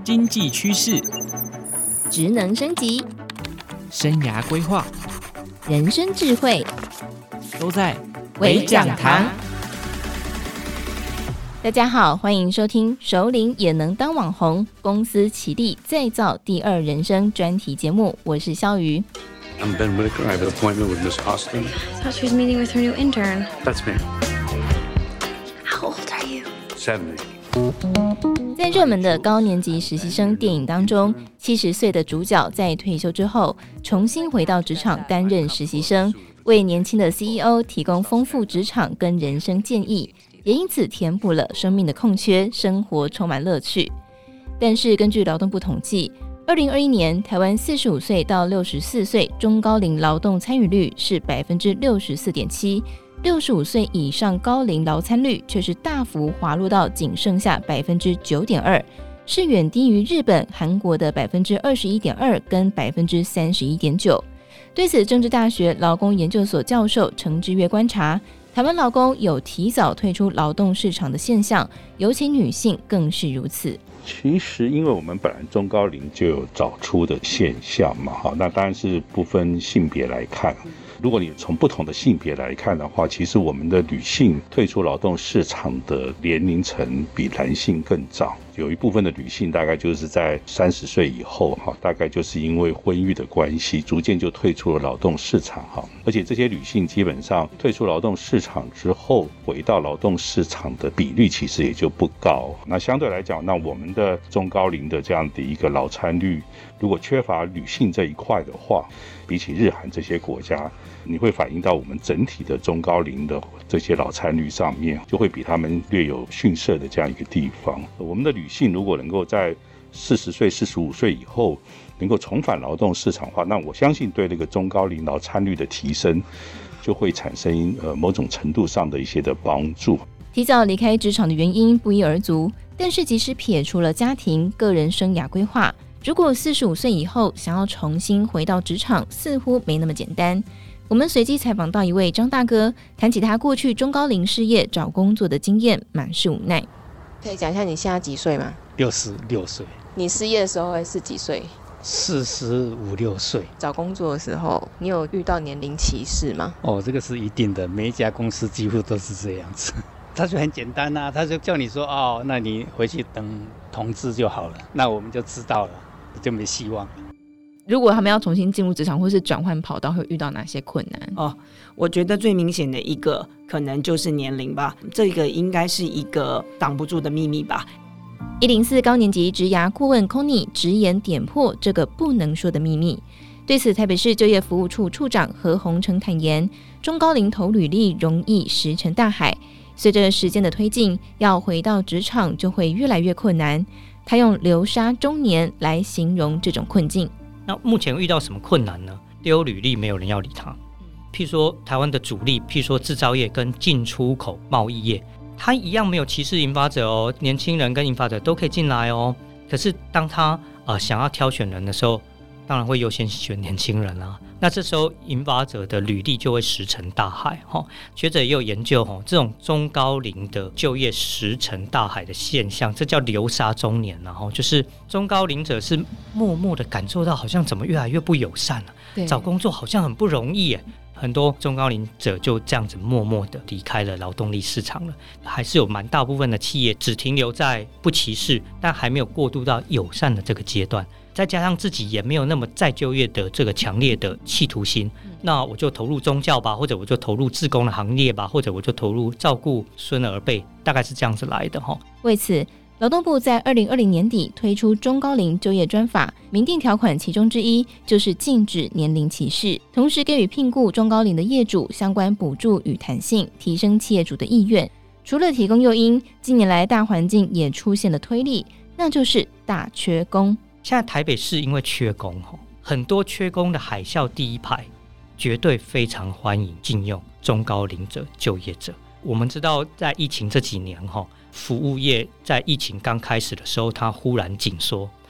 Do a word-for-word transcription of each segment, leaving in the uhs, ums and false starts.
经济趋势、 职能升级、 生涯规划、 人生智慧， 都在微讲堂。大家好，欢迎收听熟龄也能当网红，公司起立再造第二人生专题节目，我是肖瑜。 I'm Ben Whitaker. I have an appointment with Miss Austin. I thought she was meeting with her new intern. That's me. How old are you? seventy. 在热门的高年级实习生电影当中，七十岁的主角在退休之后重新回到职场担任实习生，为年轻的 C E O 提供丰富职场跟人生建议，也因此填补了生命的空缺，生活充满乐趣。但是根据劳动部统计，二零二一年台湾四十五岁到六十四岁中高龄劳动参与率是 百分之六十四点七， 六十五岁以上高龄劳参率却是大幅滑落到仅剩下 百分之九点二， 是远低于日本、韩国的 百分之二十一点二 跟 百分之三十一点九。 对此，政治大学劳工研究所教授陈之岳观察，台湾劳工有提早退出劳动市场的现象，尤其女性更是如此。 其实因为我们本来中高龄就有早出的现象嘛，那当然是不分性别来看。如果你从不同的性别来看的话，其实我们的女性退出劳动市场的年龄层比男性更早，有一部分的女性大概就是在三十岁以后，大概就是因为婚育的关系，逐渐就退出了劳动市场。而且这些女性基本上退出劳动市场之后，回到劳动市场的比率其实也就不高。那相对来讲，那我们的中高龄的这样的一个劳参率，如果缺乏女性这一块的话，比起日韩这些国家，你会反映到我们整体的中高龄的这些劳参率上面，就会比他们略有逊色的这样一个地方。我们的女性如果能够在四十岁、四十五岁以后能够重返劳动市场的话，那我相信对那个中高龄劳参率的提升就会产生呃某种程度上的一些的帮助。 提早离开职场的原因不一而足，但是即使撇除了家庭、个人生涯规划，如果四十五岁以后想要重新回到职场，似乎没那么简单。我们随机采访到一位张大哥，谈起他过去中高龄事业找工作的经验，满是无奈。 可以讲一下你现在几岁吗？ 六十六岁。 你失业的时候是几岁？ 四十五六岁。 找工作的时候，你有遇到年龄歧视吗？ 哦，这个是一定的，每一家公司几乎都是这样子。他就很简单啊，他就叫你说哦，那你回去等通知就好了，那我们就知道了，就没希望了。 如果他们要重新进入职场或是转换跑道，会遇到哪些困难？ 哦，我觉得最明显的一个可能就是年龄吧，这个应该是一个挡不住的秘密吧。 一零四高年级职涯顾问 Connie 直言点破这个不能说的秘密。对此，台北市就业服务处处长何宏成坦言，中高龄投履历容易石沉大海，随着时间的推进，要回到职场就会越来越困难。他用流沙中年来形容这种困境。 那目前遇到什么困难呢？丢履历没有人要理他。譬如说台湾的主力，譬如说制造业跟进出口贸易业，他一样没有歧视引发者哦，年轻人跟引发者都可以进来哦。可是当他、呃、想要挑选人的时候，当然会优先选年轻人啊。那这时候引发者的履历就会石沉大海、哦、学者也有研究、哦、这种中高龄的就业石沉大海的现象，这叫流沙中年、啊哦、就是中高龄者是默默的感受到好像怎么越来越不友善了、啊，找工作好像很不容易耶。很多中高龄者就这样子默默的离开了劳动力市场了。还是有蛮大部分的企业只停留在不歧视，但还没有过渡到友善的这个阶段，再加上自己也没有那么再就业的这个强烈的企图心，那我就投入宗教吧，或者我就投入志工的行业吧，或者我就投入照顾孙儿辈，大概是这样子来的。 为此，劳动部在二零二零年底推出中高龄就业专法，明定条款其中之一就是禁止年龄歧视，同时给予聘雇中高龄的业主相关补助与弹性，提升企业主的意愿。除了提供诱因，近年来大环境也出现了推力，那就是大缺工。 现在台北市因为缺工，很多缺工的海啸第一排绝对非常欢迎禁用中高龄者就业者。我们知道在疫情这几年，服务业在疫情刚开始的时候它忽然紧缩，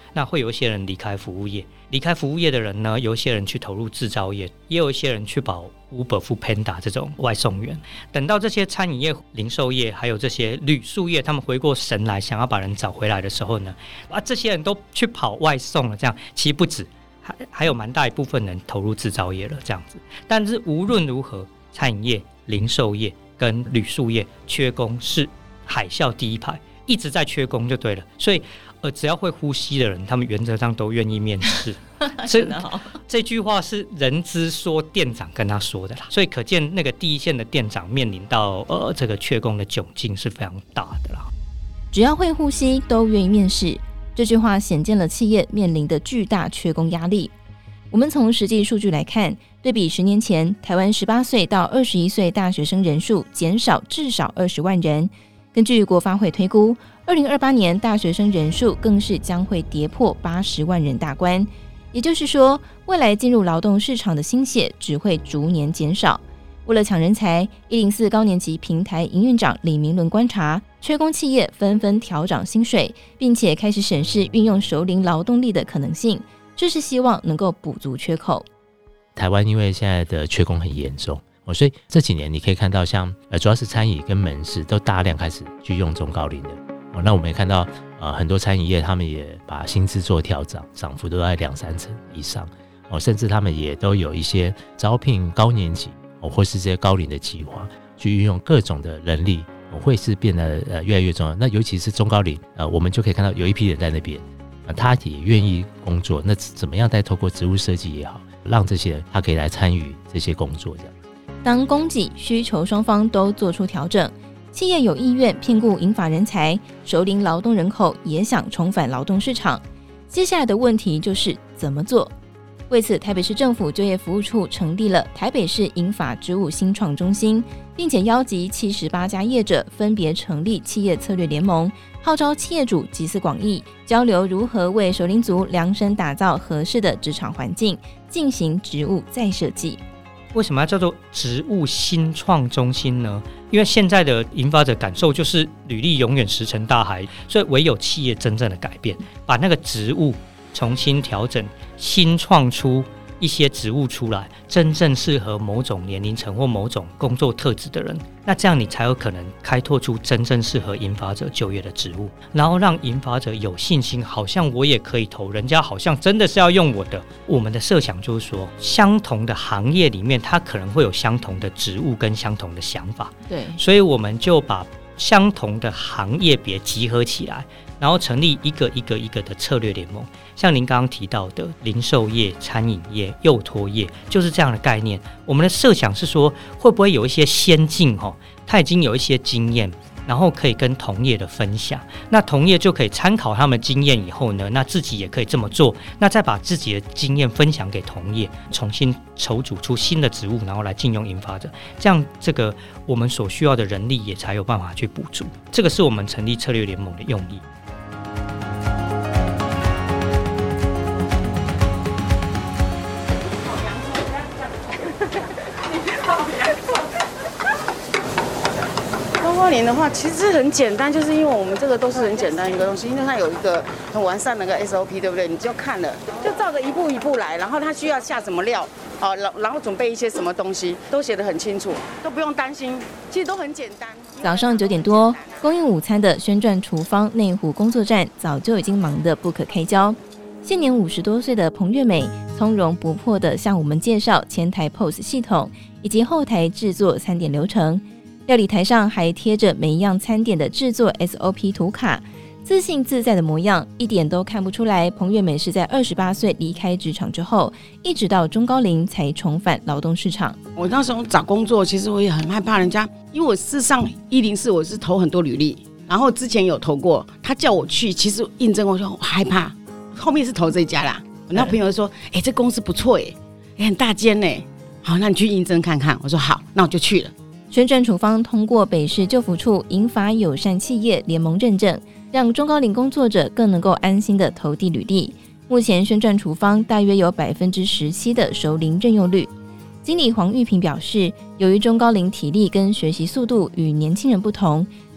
那会有一些人离开服务业，离开服务业的人呢，有一些人去投入制造业，也有一些人去跑 Uber、Foodpanda 这种外送员。等到这些餐饮业、零售业还有这些旅宿业他们回过神来想要把人找回来的时候呢，啊，这些人都去跑外送了，这样其实不止，还还有蛮大一部分人投入制造业了这样子。但是无论如何，餐饮业、零售业跟旅宿业缺工是海啸第一排，一直在缺工就对了。所以呃，只要会呼吸的人，他们原则上都愿意面试。真的好，这句话是人资说店长跟他说的啦，所以可见那个第一线的店长面临到呃这个缺工的窘境是非常大的啦。 只要会呼吸，都愿意面试。这句话显见了企业面临的巨大缺工压力。我们从实际数据来看，对比十年前，台湾十八岁到二十一岁大学生人数减少至少二十万人。根据国发会推估，二零二八年大学生人数更是将会跌破八十万人大关。也就是说，未来进入劳动市场的新血只会逐年减少。为了抢人才，一零四高年级平台营运长李明伦观察，缺工企业纷纷调涨薪水，并且开始审视运用熟龄劳动力的可能性，这是希望能够补足缺口。 台湾因为现在的缺工很严重，所以这几年你可以看到像呃主要是餐饮跟门市都大量开始去用中高龄的。哦、那我们也看到呃很多餐饮业他们也把薪资做调涨，涨幅都在两三成以上。哦，甚至他们也都有一些招聘高年级、哦、或是这些高龄的计划，去运用各种的人力，哦、会是变得呃越来越重要。那尤其是中高龄，呃，我们就可以看到有一批人在那边，呃、他也愿意工作。那怎么样再透过职务设计也好，让这些人他可以来参与这些工作这样。 当供给需求双方都做出调整，企业有意愿聘雇银发人才，熟龄劳动人口也想重返劳动市场。接下来的问题就是怎么做？为此，台北市政府就业服务处成立了台北市银发职务新创中心，并且邀集七十八家业者分别成立企业策略联盟，号召企业主集思广益，交流如何为熟龄族量身打造合适的职场环境，进行职务再设计。 为什么要叫做职务新创中心呢？因为现在的银发者感受就是履历永远石沉大海，所以唯有企业真正的改变，把那个职务重新调整，新创出一些职务出来，真正适合某种年龄层或某种工作特质的人，那这样你才有可能开拓出真正适合银发者就业的职务，然后让银发者有信心，好像我也可以投，人家好像真的是要用我的。我们的设想就是说，相同的行业里面，它可能会有相同的职务跟相同的想法， 对， 所以我们就把相同的行业别集合起来，然后成立一个一个一个的策略联盟。像您刚刚提到的零售业、餐饮业、幼托业，就是这样的概念。我们的设想是说，会不会有一些先进哦，他已经有一些经验，然后可以跟同业的分享，那同业就可以参考他们经验以后呢，那自己也可以这么做，那再把自己的经验分享给同业，重新筹组出新的职务，然后来进用银发者，这样这个我们所需要的人力也才有办法去补足。这个是我们成立策略联盟的用意。 中高龄的话，其实很简单，就是因为我们这个都是很简单一个东西，因为它有一个很完善的一个 S O P， 对不对？你就看了，就照着一步一步来，然后它需要下什么料，哦，然后准备一些什么东西，都写得很清楚，都不用担心，其实都很简单。 早上九点多，供应午餐的宣传厨房内湖工作站早就已经忙得不可开交。现年五十多岁的彭月美，从容不迫地向我们介绍前台 P O S 系统以及后台制作餐点流程。料理台上还贴着每一样餐点的制作 S O P 图卡，自信自在的模样，一点都看不出来彭月美是在二十八岁离开职场之后，一直到中高龄才重返劳动市场。 我那时候找工作，其实我也很害怕人家，因为我事实上一零四我是投很多履历，然后之前有投过，他叫我去，其实应征我就害怕，后面是投这家啦。我那朋友说，哎、欸，这公司不错哎，很大间哎，好，那你去应征看看。我说好，那我就去了。 宣传处方通过北市就服处银发友善企业联盟认证，让中高龄工作者更能够安心的投递履历。目前宣传处方大约有百分之十七的熟龄任用率。经理黄玉萍表示，由于中高龄体力跟学习速度与年轻人不同，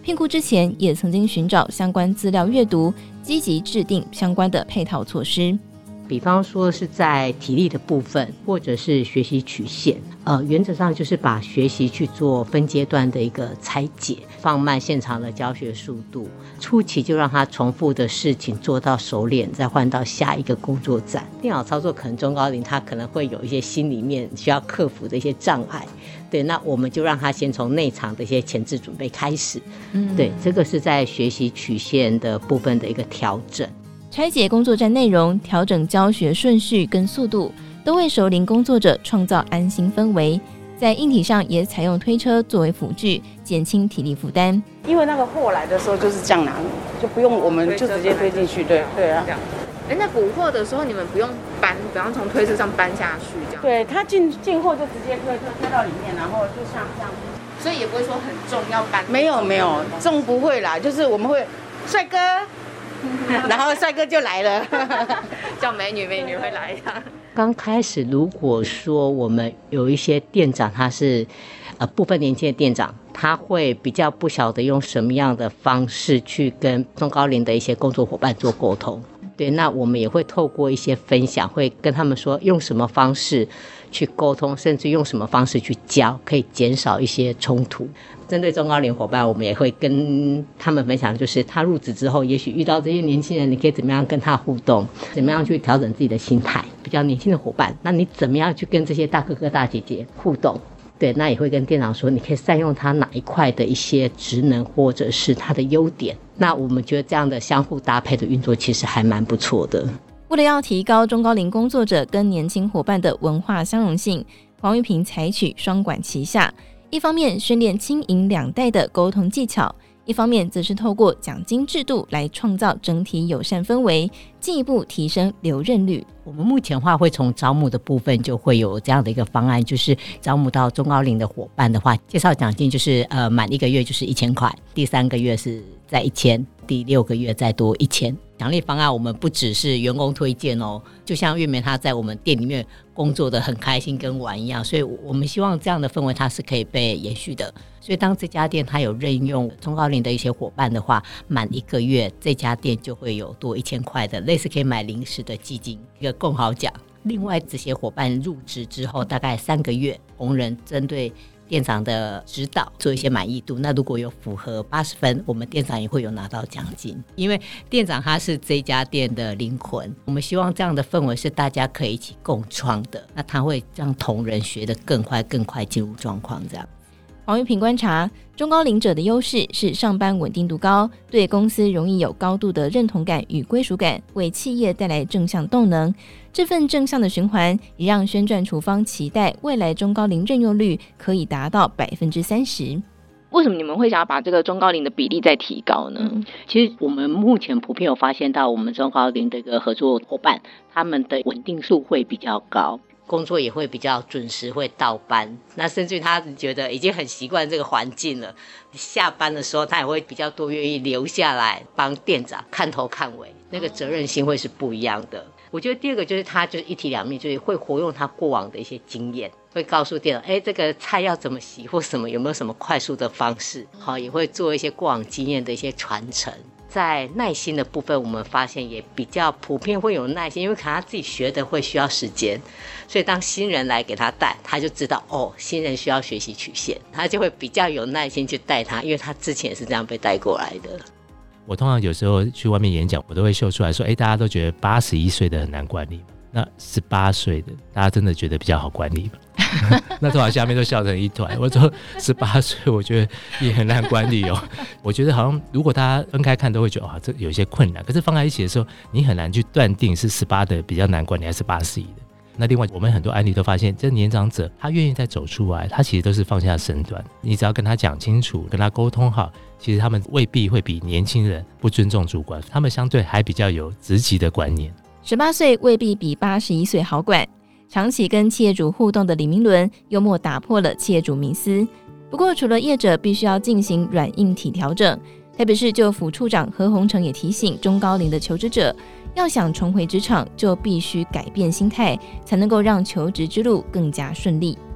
聘雇之前也曾经寻找相关资料阅读，积极制定相关的配套措施。 比方说是在体力的部分，或者是学习曲线，呃，原则上就是把学习去做分阶段的一个拆解，放慢现场的教学速度，初期就让他重复的事情做到熟练，再换到下一个工作站。电脑操作可能中高龄他可能会有一些心里面需要克服的一些障碍，对，那我们就让他先从内场的一些前置准备开始，嗯，对，这个是在学习曲线的部分的一个调整。 拆解工作站内容，调整教学顺序跟速度，都为熟龄工作者创造安心氛围。在硬体上也采用推车作为辅具，减轻体力负担。 因为那个货来的时候就是这样拿，就不用我们就直接推进去，对对啊。 哎，那补货的时候你们不用搬，比方从推车上搬下去这样？ 对，他进进货就直接推推推到里面，然后就像这样， 所以也不会说很重要搬。 没有没有，重不会啦，就是我们会帅哥。然后帅哥就来了， 叫美女，美女会来呀。 刚开始，如果说我们有一些店长，他是呃部分年轻的店长，他会比较不晓得用什么样的方式去跟中高龄的一些工作伙伴做沟通。对，那我们也会透过一些分享，会跟他们说用什么方式去沟通，甚至用什么方式去教，可以减少一些冲突。针对中高龄伙伴，我们也会跟他们分享，就是他入职之后，也许遇到这些年轻人，你可以怎么样跟他互动，怎么样去调整自己的心态。比较年轻的伙伴，那你怎么样去跟这些大哥哥大姐姐互动？对，那也会跟店长说，你可以善用他哪一块的一些职能，或者是他的优点。那我们觉得这样的相互搭配的运作，其实还蛮不错的。 为了要提高中高龄工作者跟年轻伙伴的文化相容性，黄玉萍采取双管齐下，一方面训练青银两代的沟通技巧，一方面则是透过奖金制度来创造整体友善氛围，进一步提升留任率。 我们目前的话会从招募的部分就会有这样的一个方案，就是招募到中高龄的伙伴的话，介绍奖金就是呃满一个月就是一千块，第三个月是再一千，第六个月再多一千。奖励方案我们不只是员工推荐哦，就像月梅她在我们店里面工作的很开心跟玩一样，所以我们希望这样的氛围它是可以被延续的。所以当这家店它有任用中高龄的一些伙伴的话，满一个月这家店就会有多一千块的类似可以买零食的基金，一个共好奖。另外这些伙伴入职之后大概三个月，同仁针对店长的指导做一些满意度，那如果有符合八十分，我们店长也会有拿到奖金。因为店长他是这家店的灵魂，我们希望这样的氛围是大家可以一起共创的，那他会让同仁学得更快更快进入状况。这样黄玉萍观察，中高龄者的优势是上班稳定度高，对公司容易有高度的认同感与归属感，为企业带来正向动能。这份正向的循环也让宣传处方期待未来中高龄任用率可以达到百分之三十。 为什么你们会想要把这个中高龄的比例再提高呢？ 嗯、其实我们目前普遍有发现到，我们中高龄的一个合作伙伴，他们的稳定数会比较高，工作也会比较准时，会到班。那甚至他觉得已经很习惯这个环境了，下班的时候他也会比较多愿意留下来帮店长看头看尾，那个责任心会是不一样的。我觉得第二个就是他就是一体两面，就是会活用他过往的一些经验，会告诉店长，哎，这个菜要怎么洗或什么，有没有什么快速的方式，好，也会做一些过往经验的一些传承。在耐心的部分，我们发现也比较普遍会有耐心，因为可能他自己学的会需要时间，所以当新人来给他带，他就知道哦，新人需要学习曲线，他就会比较有耐心去带他，因为他之前也是这样被带过来的。 我通常有时候去外面演讲，我都会秀出来说，哎，大家都觉得八十一岁的很难管理，那十八岁的大家真的觉得比较好管理吗？那通常下面都笑成一团。我说十八岁我觉得也很难管理哦。我觉得好像如果大家分开看都会觉得哇，这有一些困难，可是放在一起的时候你很难去断定是十八的比较难管理还是八十一的。那另外我们很多案例都发现，这年长者他愿意再走出来，他其实都是放下身段，你只要跟他讲清楚，跟他沟通好，其实他们未必会比年轻人不尊重主管，他们相对还比较有职级的观念。 十八岁未必比八十一岁好管。长期跟企业主互动的李明伦幽默打破了企业主迷思。不过除了业者必须要进行软硬体调整，台北市就副处长何鸿成也提醒中高龄的求职者，要想重回职场就必须改变心态，才能够让求职之路更加顺利。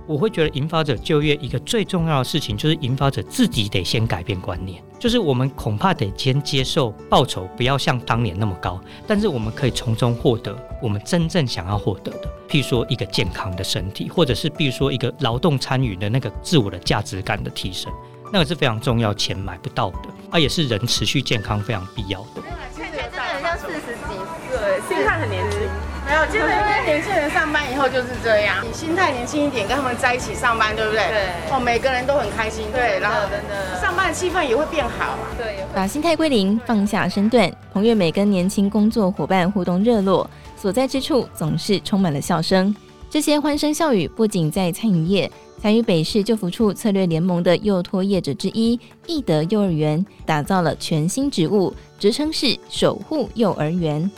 我会觉得引导者就业一个最重要的事情，就是引导者自己得先改变观念，就是我们恐怕得先接受报酬不要像当年那么高，但是我们可以从中获得我们真正想要获得的，譬如说一个健康的身体，或者是比如说一个劳动参与的那个自我的价值感的提升，那个是非常重要，钱买不到的，啊，也是人持续健康非常必要的。 看起来真的很像四十几岁，心态很年轻。没有，就是因为年轻人上班以后就是这样，你心态年轻一点，跟他们在一起上班，对不对？对。哦，每个人都很开心，对，然后真的上班的气氛也会变好啊。对。 把心态归零，放下身段，彭月美跟年轻工作伙伴互动热络，所在之处总是充满了笑声。这些欢声笑语不仅在餐饮业，参与北市就服处策略联盟的幼托业者之一义德幼儿园，打造了全新职务，职称是守护幼儿园。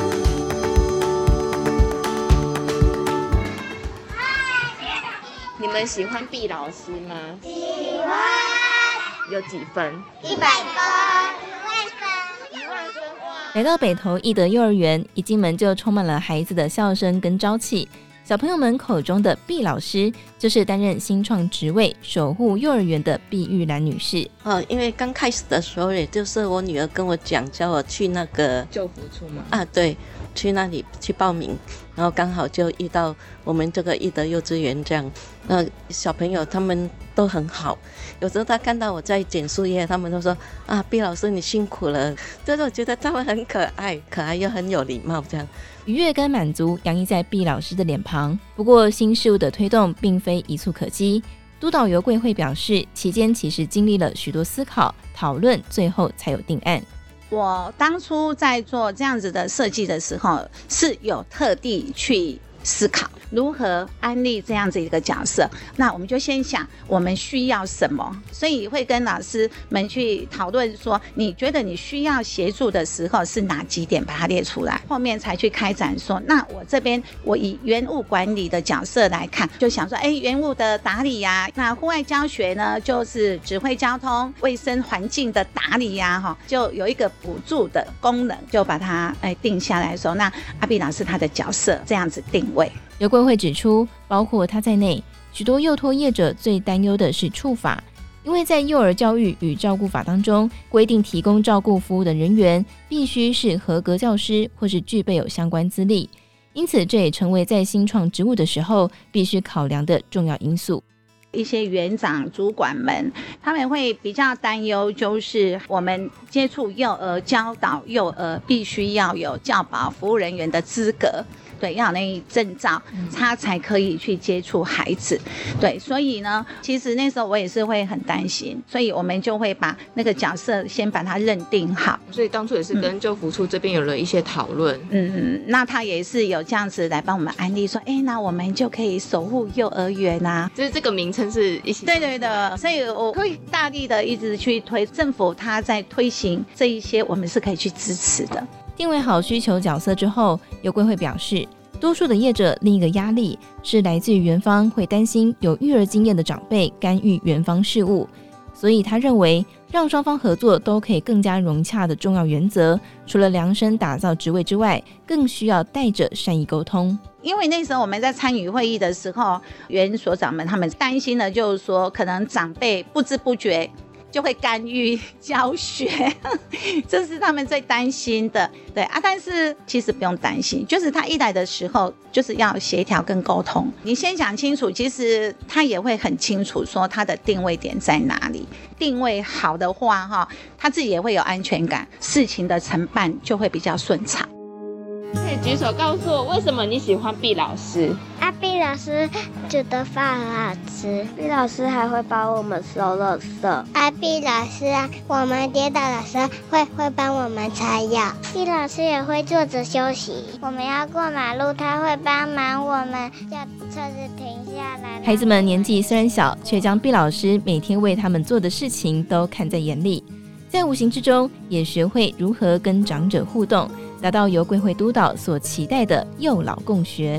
你们喜欢毕老师吗？ 喜欢。 有几分？ 一百分，一万分，一万分。 来到北投义德幼儿园，一进门就充满了孩子的笑声跟朝气。小朋友们口中的毕老师，就是担任新创职位守护幼儿园的毕玉兰女士。 哦，因为刚开始的时候，也就是我女儿跟我讲，叫我去那个就服处嘛。 啊，对，去那里去报名，然后刚好就遇到我们这个义德幼稚园这样。呃，小朋友他们都很好，有时候他看到我在剪树叶，他们都说啊，毕老师你辛苦了，就是我觉得他们很可爱，可爱又很有礼貌这样。 愉悦跟满足洋溢在毕老师的脸庞。不过新事物的推动并非一蹴可及，督导尤桂慧表示，期间其实经历了许多思考讨论，最后才有定案。 我当初在做这样子的设计的时候，是有特地去思考如何安利这样子一个角色，那我们就先想我们需要什么，所以会跟老师们去讨论说，你觉得你需要协助的时候是哪几点，把它列出来，后面才去开展说，那我这边我以园务管理的角色来看，就想说，哎，园务的打理呀、啊，那户外教学呢，就是指挥交通、卫生环境的打理呀、啊，哈，就有一个补助的功能，就把它哎定下来说，那阿碧老师他的角色这样子定位。 尤桂慧指出，包括他在内，许多幼托业者最担忧的是触法，因为在幼儿教育与照顾法当中规定，提供照顾服务的人员必须是合格教师或是具备有相关资历，因此这也成为在新创职务的时候必须考量的重要因素。 一些园长主管们他们会比较担忧，就是我们接触幼儿教导幼儿必须要有教保服务人员的资格，对，要有那一证照，他才可以去接触孩子。对，所以呢，其实那时候我也是会很担心，所以我们就会把那个角色先把它认定好。 所以当初也是跟就服处这边有了一些讨论。 嗯嗯，那他也是有这样子来帮我们安利说，哎，那我们就可以守护幼儿园啊， 就是这个名称是一起。 对对的，所以我会大力的一直去推，政府他在推行这一些，我们是可以去支持的。 定位好需求角色之后，尤桂慧表示，多数的业者另一个压力是来自于园方会担心有育儿经验的长辈干预园方事务，所以他认为让双方合作都可以更加融洽的重要原则，除了量身打造职位之外，更需要带着善意沟通。 因为那时候我们在参与会议的时候，园所长们他们担心的就是说，可能长辈不知不觉就会干预教学，这是他们最担心的。对啊，但是其实不用担心，就是他一来的时候就是要协调跟沟通，你先讲清楚，其实他也会很清楚说他的定位点在哪里。定位好的话哈，他自己也会有安全感，事情的承办就会比较顺畅。 可以举手告诉我，为什么你喜欢毕老师？ 啊，毕老师煮的饭很好吃，毕老师还会帮我们收垃圾。啊，毕老师啊，我们跌倒的时候会会帮我们擦药。毕老师也会坐着休息，我们要过马路，他会帮忙我们叫车子停下来。 孩子们年纪虽然小，却将毕老师每天为他们做的事情都看在眼里，在无形之中也学会如何跟长者互动，达到由贵会督导所期待的幼老共学。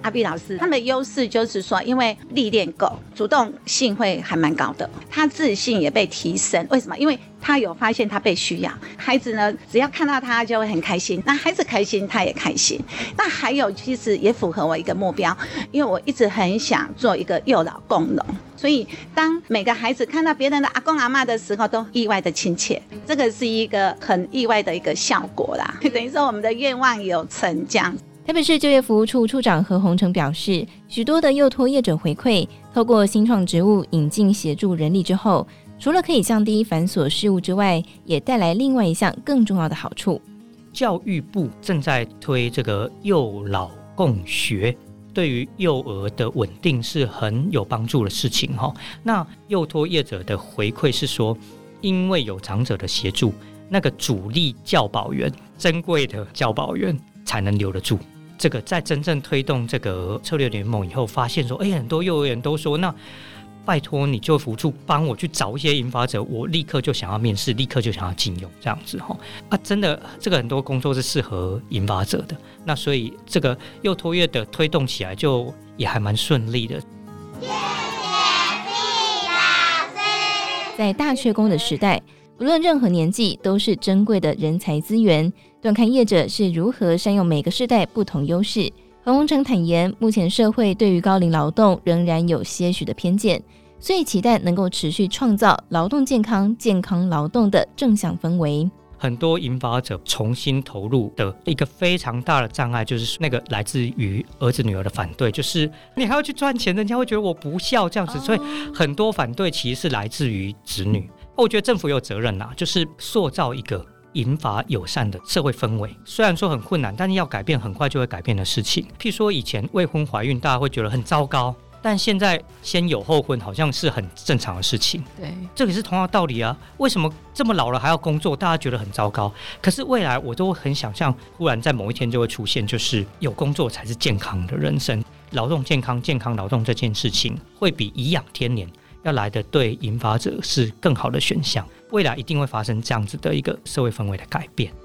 阿碧老师，他们的优势就是说，因为历练够，主动性会还蛮高的，他自信也被提升。为什么？因为他有发现他被需要，孩子呢，只要看到他就会很开心，那孩子开心，他也开心。那还有，其实也符合我一个目标，因为我一直很想做一个幼老共融，所以当每个孩子看到别人的阿公阿嬷的时候，都意外的亲切，这个是一个很意外的一个效果啦。等于说我们的愿望有成这样。 台北市就业服务处处长何宏成表示，许多的幼托业者回馈，透过新创职务引进协助人力之后，除了可以降低繁琐事务之外，也带来另外一项更重要的好处。 教育部正在推这个幼老共学，对于幼儿的稳定是很有帮助的事情。那幼托业者的回馈是说，因为有长者的协助，那个主力教保员，珍贵的教保员才能留得住。这个在真正推动这个策略联盟以后，发现说，哎，很多幼儿园都说，那拜托你就辅助帮我去找一些引发者，我立刻就想要面试，立刻就想要进用这样子啊，真的这个很多工作是适合引发者的，那所以这个幼托业的推动起来就也还蛮顺利的。 谢谢毕老师。 在大缺工的时代，无论任何年纪都是珍贵的人才资源，端看业者是如何善用每个世代不同优势。何宏成坦言，目前社会对于高龄劳动仍然有些许的偏见，所以期待能够持续创造劳动健康、健康劳动的正向氛围。 很多引发者重新投入的一个非常大的障碍，就是那个来自于儿子女儿的反对，就是你还要去赚钱，人家会觉得我不孝这样子，所以很多反对其实是来自于子女。我觉得政府有责任啦，就是塑造一个引发友善的社会氛围，虽然说很困难，但是要改变很快就会改变的事情。譬如说以前未婚怀孕大家会觉得很糟糕，但现在先有后婚好像是很正常的事情。 对， 这个是同样的道理啊。为什么这么老了还要工作，大家觉得很糟糕？可是未来我都很想象，忽然在某一天就会出现，就是有工作才是健康的人生，劳动健康、健康劳动这件事情会比颐养天年要来的对引发者是更好的选项。未来一定会发生这样子的一个社会氛围的改变。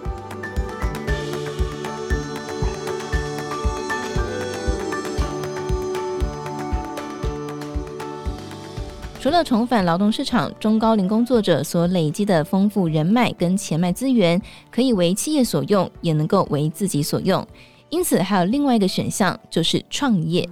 除了重返劳动市场，中高龄工作者所累积的丰富人脉跟钱脉资源，可以为企业所用，也能够为自己所用。因此，还有另外一个选项，就是创业。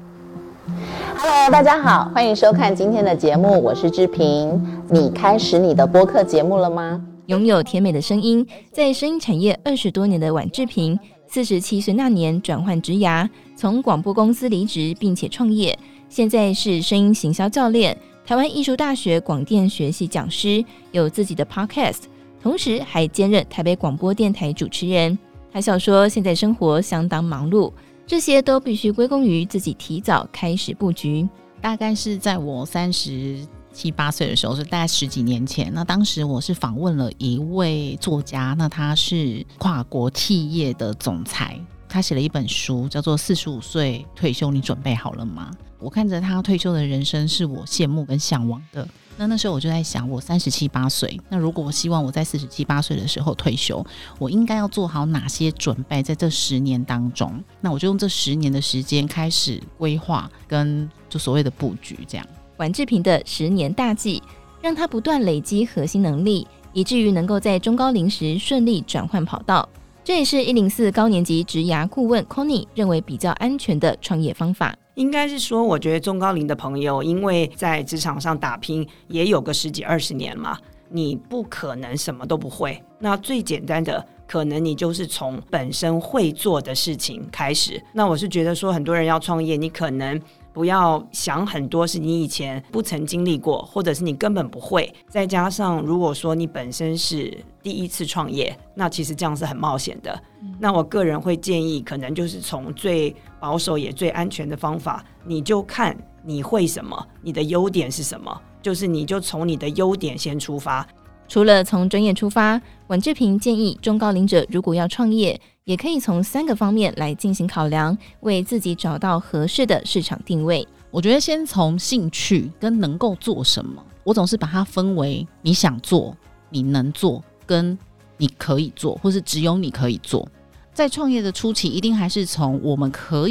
Hello， 大家好，欢迎收看今天的节目，我是志平。你开始你的播客节目了吗？ 拥有甜美的声音，在声音产业二十多年的婉志平，四十七岁那年转换职涯，从广播公司离职，并且创业。现在是声音行销教练，台湾艺术大学广电学系讲师，有自己的 podcast， 同时还兼任台北广播电台主持人。他笑说，现在生活相当忙碌，这些都必须归功于自己提早开始布局。 大概是在我三十七八岁的时候，是大概十几年前。那当时我是访问了一位作家，那他是跨国企业的总裁，他写了一本书叫做《四十五岁退休，你准备好了吗》。我看着他退休的人生，是我羡慕跟向往的。那那时候我就在想，我三十七八岁，那如果我希望我在四十七八岁的时候退休，我应该要做好哪些准备？在这十年当中，那我就用这十年的时间开始规划跟就所谓的布局，这样。 婉志平的十年大计，让他不断累积核心能力，以至于能够在中高龄时顺利转换跑道。这也是一零四高年级职涯顾问 Connie 认为比较安全的创业方法。 应该是说，我觉得中高龄的朋友，因为在职场上打拼也有个十几二十年嘛，你不可能什么都不会。那最简单的，可能你就是从本身会做的事情开始。那我是觉得说，很多人要创业，你可能不要想很多是你以前不曾经历过，或者是你根本不会。再加上如果说你本身是第一次创业，那其实这样是很冒险的。嗯、那我个人会建议，可能就是从最保守也最安全的方法，你就看你会什么，你的优点是什么，就是你就从你的优点先出发。 除了从专业出发，婉志平建议中高龄者如果要创业，也可以从三个方面来进行考量，为自己找到合适的市场定位。 我觉得先从兴趣跟能够做什么，我总是把它分为你想做、你能做跟你可以做，或是只有你可以做。在创业的初期，一定还是从我们可以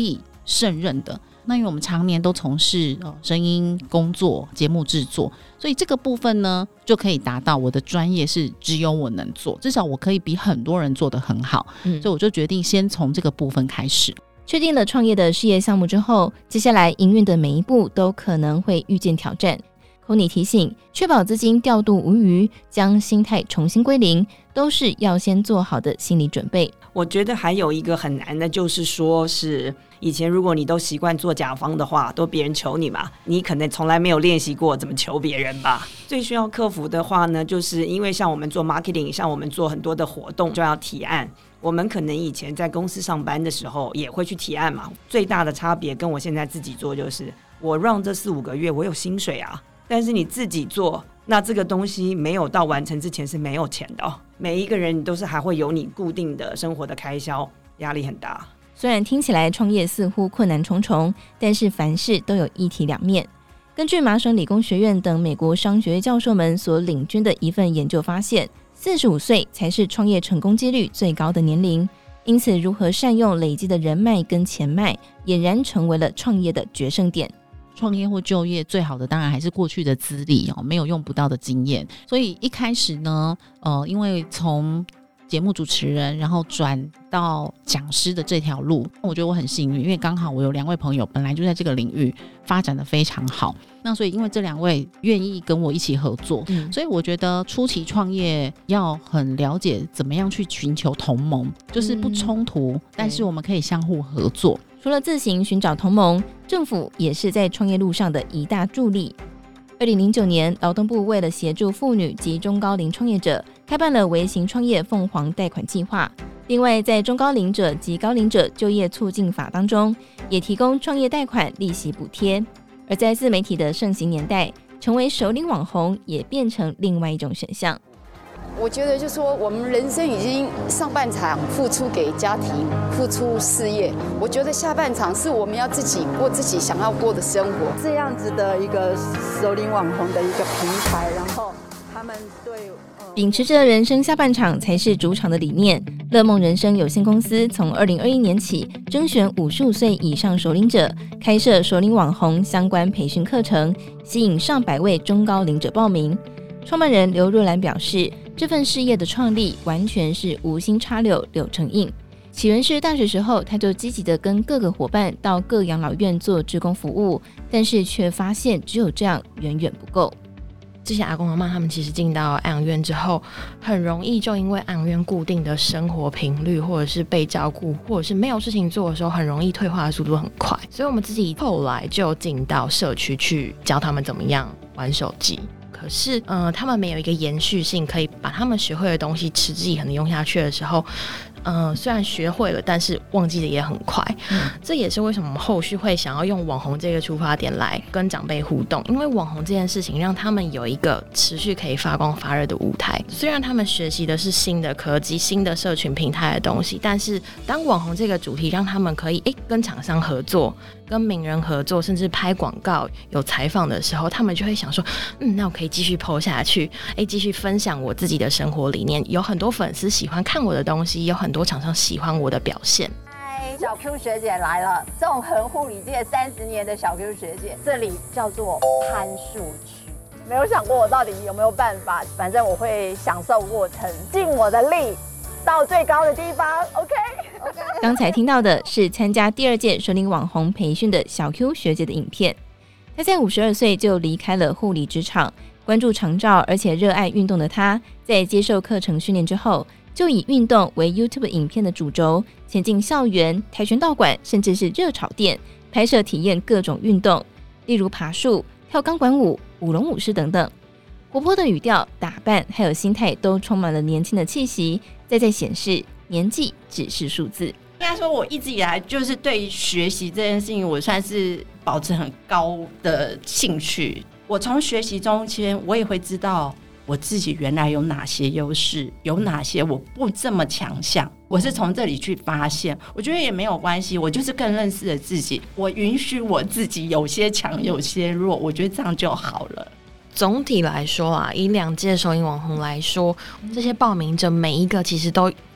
胜任的。那因为我们常年都从事呃声音工作、节目制作，所以这个部分呢，就可以达到我的专业是只有我能做，至少我可以比很多人做得很好。嗯，所以我就决定先从这个部分开始。 确定了创业的事业项目之后，接下来营运的每一步都可能会遇见挑战。Connie 提醒，确保资金调度无虞，将心态重新归零，都是要先做好的心理准备。 我觉得还有一个很难的，就是说是以前如果你都习惯做甲方的话，都别人求你嘛，你可能从来没有练习过怎么求别人吧。最需要克服的话呢，就是因为像我们做 marketing， 像我们做很多的活动就要提案，我们可能以前在公司上班的时候也会去提案嘛。最大的差别跟我现在自己做就是，我让这四五个月我有薪水啊，但是你自己做，那这个东西没有到完成之前是没有钱的哦。每一个人你都是还会有你固定的生活的开销，压力很大。 虽然听起来创业似乎困难重重，但是凡事都有一体两面。根据麻省理工学院等美国商学院教授们所领军的一份研究发现，四十五岁才是创业成功几率最高的年龄。因此，如何善用累积的人脉跟钱脉，俨然成为了创业的决胜点。 创业或就业最好的当然还是过去的资历哦，没有用不到的经验。所以一开始呢，呃，因为从节目主持人，然后转到讲师的这条路，我觉得我很幸运，因为刚好我有两位朋友本来就在这个领域发展的非常好。那所以因为这两位愿意跟我一起合作，嗯、所以我觉得初期创业要很了解怎么样去寻求同盟，就是不冲突，嗯、但是我们可以相互合作。 除了自行寻找同盟，政府也是在创业路上的一大助力。二零零九年，劳动部为了协助妇女及中高龄创业者，开办了微型创业凤凰贷款计划。另外，在中高龄者及高龄者就业促进法当中，也提供创业贷款利息补贴。而在自媒体的盛行年代，成为首领网红也变成另外一种选项。 我觉得就是说，我们人生已经上半场付出给家庭，付出事业，我觉得下半场是我们要自己过自己想要过的生活。 这样子的一个首领网红的一个平台，然后他们对、呃、 秉持着人生下半场才是主场的理念，乐梦人生有限公司从二零二一年起甄选五十五岁以上首领者，开设首领网红相关培训课程，吸引上百位中高龄者报名。创办人刘若兰表示，这份事业的创立完全是无心插柳柳成荫。起源是大学时候，他就积极的跟各个伙伴到各养老院做志工服务，但是却发现只有这样远远不够。 这些阿公阿嬷他们其实进到安养院之后，很容易就因为安养院固定的生活频率，或者是被照顾，或者是没有事情做的时候，很容易退化的速度很快。所以我们自己后来就进到社区去教他们怎么样玩手机。可是，呃，他们没有一个延续性，可以把他们学会的东西持之以恒的用下去的时候，呃，虽然学会了，但是忘记的也很快。嗯、这也是为什么我们后续会想要用网红这个出发点来跟长辈互动，因为网红这件事情让他们有一个持续可以发光发热的舞台。虽然他们学习的是新的科技、新的社群平台的东西，但是当网红这个主题让他们可以诶跟厂商合作、跟名人合作，甚至拍广告、有采访的时候，他们就会想说，嗯，那我可以继续 po 下去，哎，继续分享我自己的生活理念。有很多粉丝喜欢看我的东西，有很多厂商喜欢我的表现。 嗨，小 Q 学姐来了，纵横护理界三十年的小 Q 学姐，这里叫做攀树区。没有想过我到底有没有办法，反正我会享受过程，尽我的力到最高的地方。OK OK。 刚才听到的是参加第二届首领网红培训的小 Q 学姐的影片。她在五十二岁就离开了护理职场，关注长照而且热爱运动的她，在接受课程训练之后，就以运动为 YouTube 影片的主轴，前进校园、跆拳道馆，甚至是热炒店，拍摄体验各种运动，例如爬树、跳钢管舞、舞龙舞狮等等。活泼的语调、打扮还有心态都充满了年轻的气息，再在显示年纪只是数字。 应该说，我一直以来就是对学习这件事情，我算是保持很高的兴趣。我从学习中间，我也会知道我自己原来有哪些优势，有哪些我不这么强项。我是从这里去发现，我觉得也没有关系，我就是更认识了自己。我允许我自己有些强，有些弱，我觉得这样就好了。 总体来说啊，以两届首领网红来说，这些报名者每一个其实都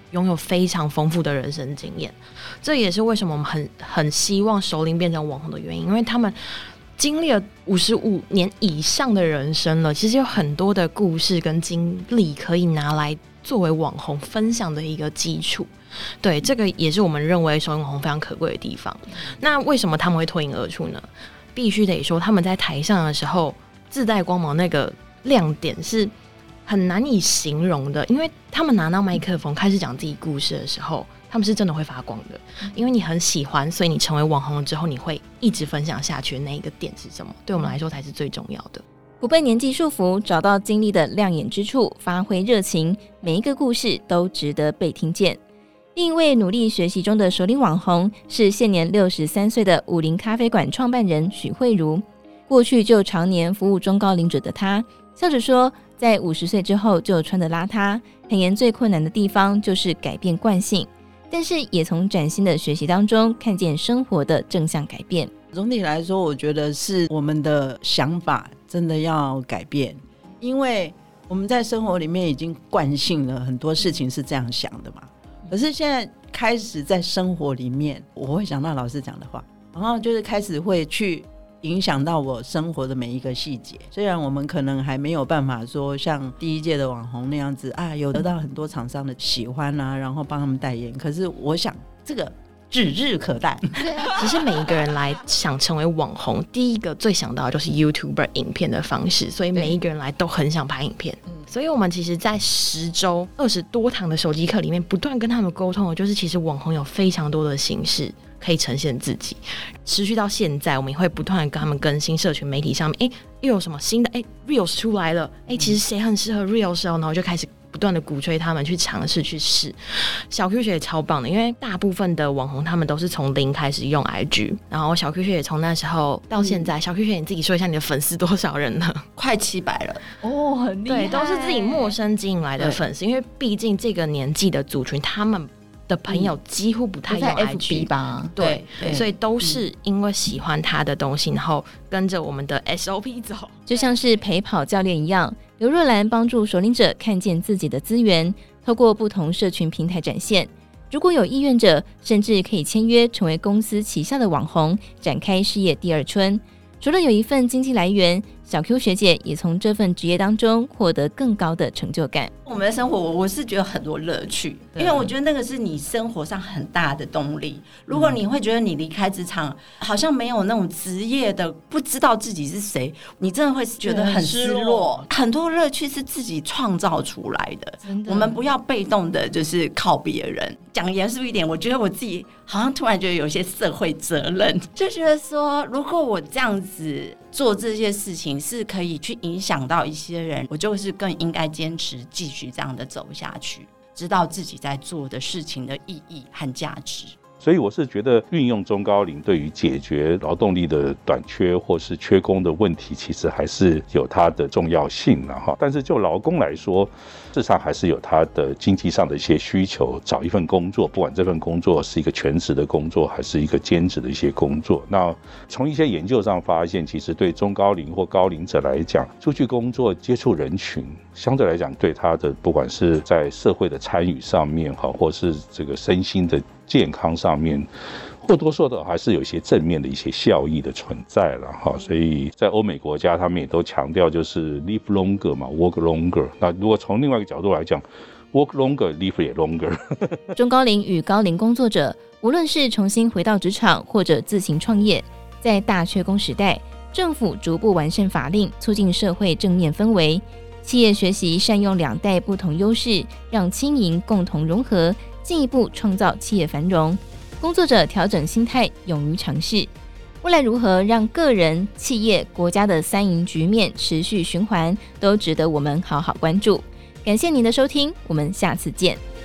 拥有非常丰富的人生经验。这也是为什么我们很很希望熟龄变成网红的原因，因为他们经历了五十五年以上的人生了，其实有很多的故事跟经历可以拿来作为网红分享的一个基础。对，这个也是我们认为熟龄网红非常可贵的地方。那为什么他们会脱颖而出呢？必须得说他们在台上的时候自带光芒，那个亮点是很难以形容的，因为他们拿到麦克风开始讲自己故事的时候，他们是真的会发光的。因为你很喜欢，所以你成为网红之后，你会一直分享下去，那一个点是什么，对我们来说才是最重要的。 不被年纪束缚，找到经历的亮眼之处，发挥热情，每一个故事都值得被听见。另一位努力学习中的熟龄网红是现年六十三岁的武林咖啡馆创办人许慧茹。过去就常年服务中高龄者的她，笑着说，在五十岁之后就穿得邋遢，坦言最困难的地方就是改变惯性，但是也从崭新的学习当中看见生活的正向改变。 总体来说，我觉得是我们的想法真的要改变，因为我们在生活里面已经惯性了很多事情是这样想的嘛。可是现在开始在生活里面，我会想到老师讲的话，然后就是开始会去影响到我生活的每一个细节。虽然我们可能还没有办法说像第一届的网红那样子啊，有得到很多厂商的喜欢啊，然后帮他们代言，可是我想这个指日可待。 其实每一个人来想成为网红，第一个最想到的就是 YouTuber 影片的方式，所以每一个人来都很想拍影片。所以我们其实在十周二十多堂的手机课里面不断跟他们沟通的就是，其实网红有非常多的形式可以呈现自己。持续到现在，我们也会不断的跟他们更新社群媒体上面，哎，又有什么新的哎 Reels 出来了，哎，其实谁很适合 Reels 哦，然后就开始不断的鼓吹他们去尝试去试。小 Q 学也超棒的，因为大部分的网红他们都是从零开始用 I G， 然后小 Q 学也从那时候到现在、嗯、小 Q 学你自己说一下你的粉丝多少人呢？ 快七百了哦，很厉害。对，都是自己陌生经营来的粉丝，因为毕竟这个年纪的族群，他们的朋友几乎不太用 I G 吧？对，对，所以都是因为喜欢他的东西，然后跟着我们的 S O P 走， 就像是陪跑教练一样。刘若兰帮助熟龄者看见自己的资源，透过不同社群平台展现。如果有意愿者，甚至可以签约成为公司旗下的网红，展开事业第二春。除了有一份经济来源，小 Q 学姐也从这份职业当中获得更高的成就感。 我们的生活，我是觉得很多乐趣，因为我觉得那个是你生活上很大的动力。如果你会觉得你离开职场好像没有那种职业的，不知道自己是谁，你真的会觉得很失落。很多乐趣是自己创造出来的，我们不要被动的就是靠别人。讲严肃一点，我觉得我自己好像突然觉得有一些社会责任，就觉得说如果我这样子做这些事情是可以去影响到一些人，我就是更应该坚持继续这样的走下去，知道自己在做的事情的意义和价值。 所以我是觉得运用中高龄对于解决劳动力的短缺或是缺工的问题，其实还是有它的重要性了哈。但是就劳工来说，事实上还是有它的经济上的一些需求，找一份工作，不管这份工作是一个全职的工作还是一个兼职的一些工作。那从一些研究上发现，其实对中高龄或高龄者来讲，出去工作接触人群，相对来讲对他的不管是在社会的参与上面哈，或是这个身心的健康上面，或多或少还是有一些正面的一些效益的存在了哈。所以在欧美国家，他们也都强调就是 live longer 嘛 ，work longer。那如果从另外一个角度来讲 ，work longer live 也 longer。 中高龄与高龄工作者，无论是重新回到职场或者自行创业，在大缺工时代，政府逐步完善法令，促进社会正面氛围。企业学习善用两代不同优势，让青银共同融合，进一步创造企业繁荣。工作者调整心态，勇于尝试。未来如何让个人、企业、国家的三赢局面持续循环，都值得我们好好关注。感谢您的收听，我们下次见。